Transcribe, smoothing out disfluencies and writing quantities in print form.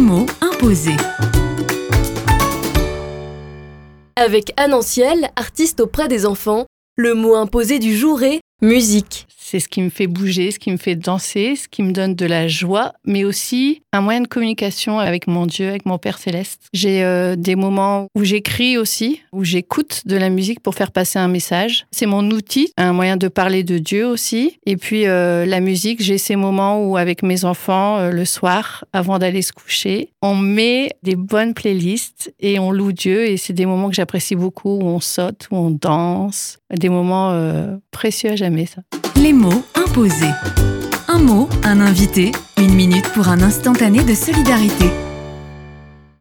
mots imposés. Avec Anne Anciel, artiste auprès des enfants, le mot imposé du jour est musique. C'est ce qui me fait bouger, ce qui me fait danser, ce qui me donne de la joie, mais aussi un moyen de communication avec mon Dieu, avec mon Père Céleste. J'ai des moments où j'écris aussi, où j'écoute de la musique pour faire passer un message. C'est mon outil, un moyen de parler de Dieu aussi. Et puis la musique, j'ai ces moments où avec mes enfants, le soir, avant d'aller se coucher, on met des bonnes playlists et on loue Dieu. Et c'est des moments que j'apprécie beaucoup, où on saute, où on danse. Des moments précieux à jamais, ça. Les mots imposés. Un mot, un invité, 1 minute pour un instantané de solidarité.